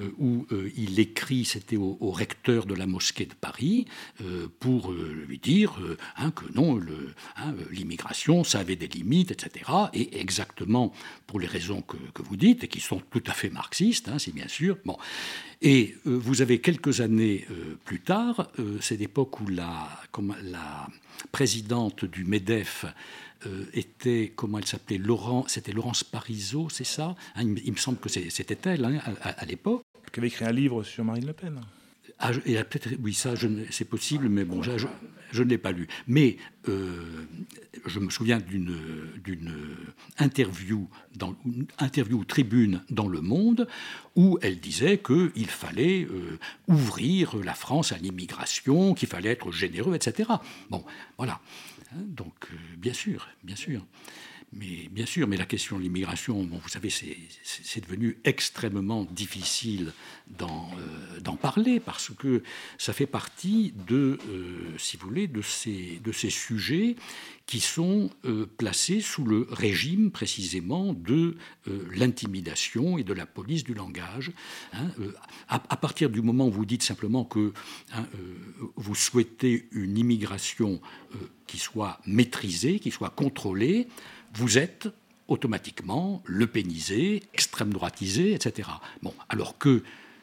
où euh, il écrit, c'était au, au recteur de la mosquée de Paris, euh, pour euh, lui dire euh, hein, que non, le, hein, l'immigration, ça avait des limites, et cetera. Et exactement pour les raisons que, que vous dites, et qui sont tout à fait marxistes, hein, c'est bien sûr. Bon. Et euh, vous avez quelques années euh, plus tard, euh, c'est l'époque où la, comme la présidente du MEDEF euh, était, comment elle s'appelait, Laurent, c'était Laurence Parisot, c'est ça hein, il, il me semble que c'est, c'était elle hein, à, à l'époque. Qui avait écrit un livre sur Marine Le Pen. Ah, je, et peut-être, oui, ça, je, c'est possible, mais bon, je, je, je ne l'ai pas lu. Mais euh, je me souviens d'une, d'une interview, dans, une interview tribune dans Le Monde, où elle disait qu'il fallait euh, ouvrir la France à l'immigration, qu'il fallait être généreux, et cetera. Bon, voilà. Donc, euh, bien sûr, bien sûr. Mais bien sûr, mais la question de l'immigration, bon, vous savez, c'est, c'est, c'est devenu extrêmement difficile d'en, euh, d'en parler parce que ça fait partie de, euh, si vous voulez, de ces, de ces sujets qui sont euh, placés sous le régime précisément de euh, l'intimidation et de la police du langage. Hein, euh, à, à partir du moment où vous dites simplement que hein, euh, vous souhaitez une immigration euh, qui soit maîtrisée, qui soit contrôlée, vous êtes automatiquement le pénisé, extrême droitisé, et cetera. Bon, alors que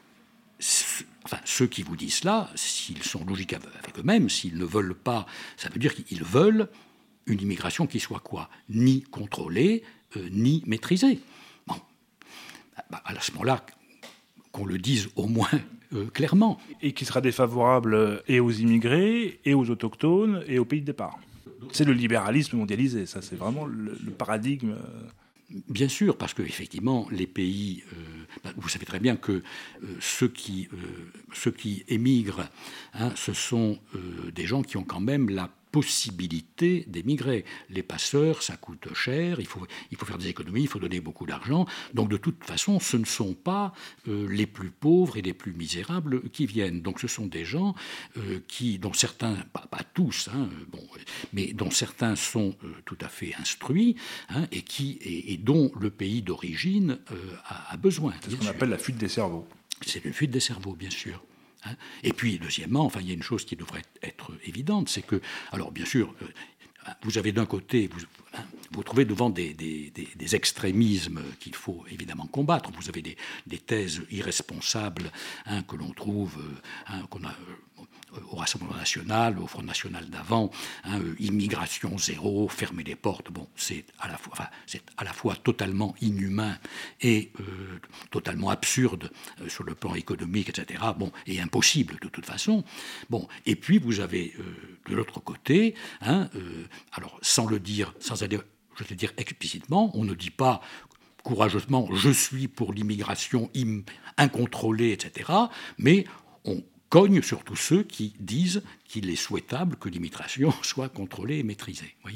enfin, ceux qui vous disent cela, s'ils sont logiques avec eux-mêmes, s'ils ne veulent pas, ça veut dire qu'ils veulent une immigration qui soit quoi ? Ni contrôlée, euh, ni maîtrisée. Bon, bah, à ce moment-là, qu'on le dise au moins euh, clairement. Et qui sera défavorable et aux immigrés, et aux autochtones, et aux pays de départ. C'est le libéralisme mondialisé, ça c'est vraiment le, le paradigme. Bien sûr, parce qu'effectivement, les pays, euh, bah, vous savez très bien que euh, ceux, qui, euh, ceux qui émigrent, hein, ce sont euh, des gens qui ont quand même la possibilité d'émigrer. Les passeurs, ça coûte cher, il faut, il faut faire des économies, il faut donner beaucoup d'argent. Donc de toute façon, ce ne sont pas euh, les plus pauvres et les plus misérables qui viennent. Donc ce sont des gens euh, qui, dont certains, pas, pas tous, hein, bon, mais dont certains sont euh, tout à fait instruits, hein, et, qui, et, et dont le pays d'origine euh, a, a besoin. C'est ce qu'on appelle la fuite des cerveaux. C'est une fuite des cerveaux, bien sûr. Et puis, deuxièmement, enfin, il y a une chose qui devrait être évidente, c'est que, alors bien sûr, vous avez d'un côté, vous vous trouvez devant des, des, des, des extrémismes qu'il faut évidemment combattre. Vous avez des, des thèses irresponsables, hein, que l'on trouve, hein, qu'on a au Rassemblement national, au Front national d'avant, hein, euh, immigration zéro, fermer les portes. Bon, c'est à la fois, enfin, c'est à la fois totalement inhumain et euh, totalement absurde euh, sur le plan économique, et cetera. Bon, et impossible de toute façon. Bon, et puis vous avez euh, de l'autre côté, hein, euh, alors sans le dire, sans aller, je vais dire explicitement, on ne dit pas courageusement je suis pour l'immigration im- incontrôlée, et cetera. Mais on cogne sur tous ceux qui disent qu'il est souhaitable que l'immigration soit contrôlée et maîtrisée. Voyez ?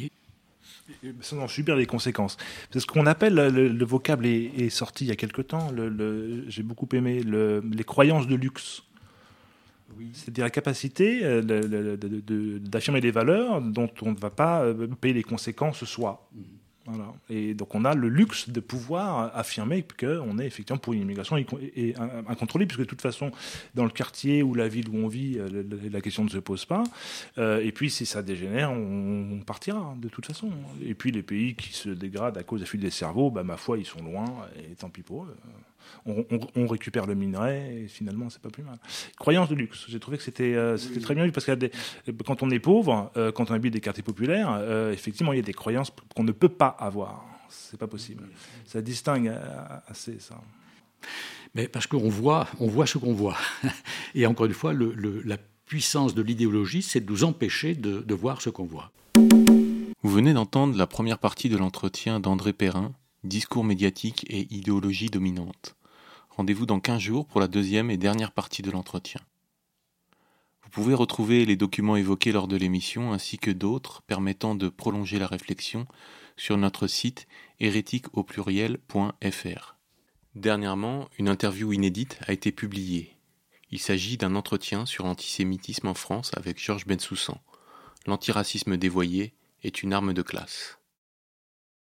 Ça en subir les conséquences. C'est ce qu'on appelle, le, le vocable est, est sorti il y a quelque temps, le, le, j'ai beaucoup aimé, le, les croyances de luxe. Oui. C'est-à-dire la capacité euh, de, de, de, de, d'affirmer des valeurs dont on ne va pas payer les conséquences soi. Mmh. Voilà. Et donc on a le luxe de pouvoir affirmer qu'on est effectivement pour une immigration incontrôlée, puisque de toute façon, dans le quartier ou la ville où on vit, la question ne se pose pas. Et puis si ça dégénère, on partira de toute façon. Et puis les pays qui se dégradent à cause de la fuite des cerveaux, bah, ma foi, ils sont loin, et tant pis pour eux. On, on, on récupère le minerai et finalement c'est pas plus mal. Croyance de luxe, j'ai trouvé que c'était, euh, c'était oui. très bien vu parce que des, quand on est pauvre, euh, quand on habite des quartiers populaires, euh, effectivement il y a des croyances qu'on ne peut pas avoir. C'est pas possible. Ça distingue assez ça. Mais parce qu'on voit, on voit ce qu'on voit. Et encore une fois, le, le, la puissance de l'idéologie, c'est de nous empêcher de, de voir ce qu'on voit. Vous venez d'entendre la première partie de l'entretien d'André Perrin, Discours médiatique et idéologie dominante. Rendez-vous dans quinze jours pour la deuxième et dernière partie de l'entretien. Vous pouvez retrouver les documents évoqués lors de l'émission ainsi que d'autres permettant de prolonger la réflexion sur notre site hérétique au pluriel point f r. Dernièrement, une interview inédite a été publiée. Il s'agit d'un entretien sur l'antisémitisme en France avec Georges Bensoussan. L'antiracisme dévoyé est une arme de classe.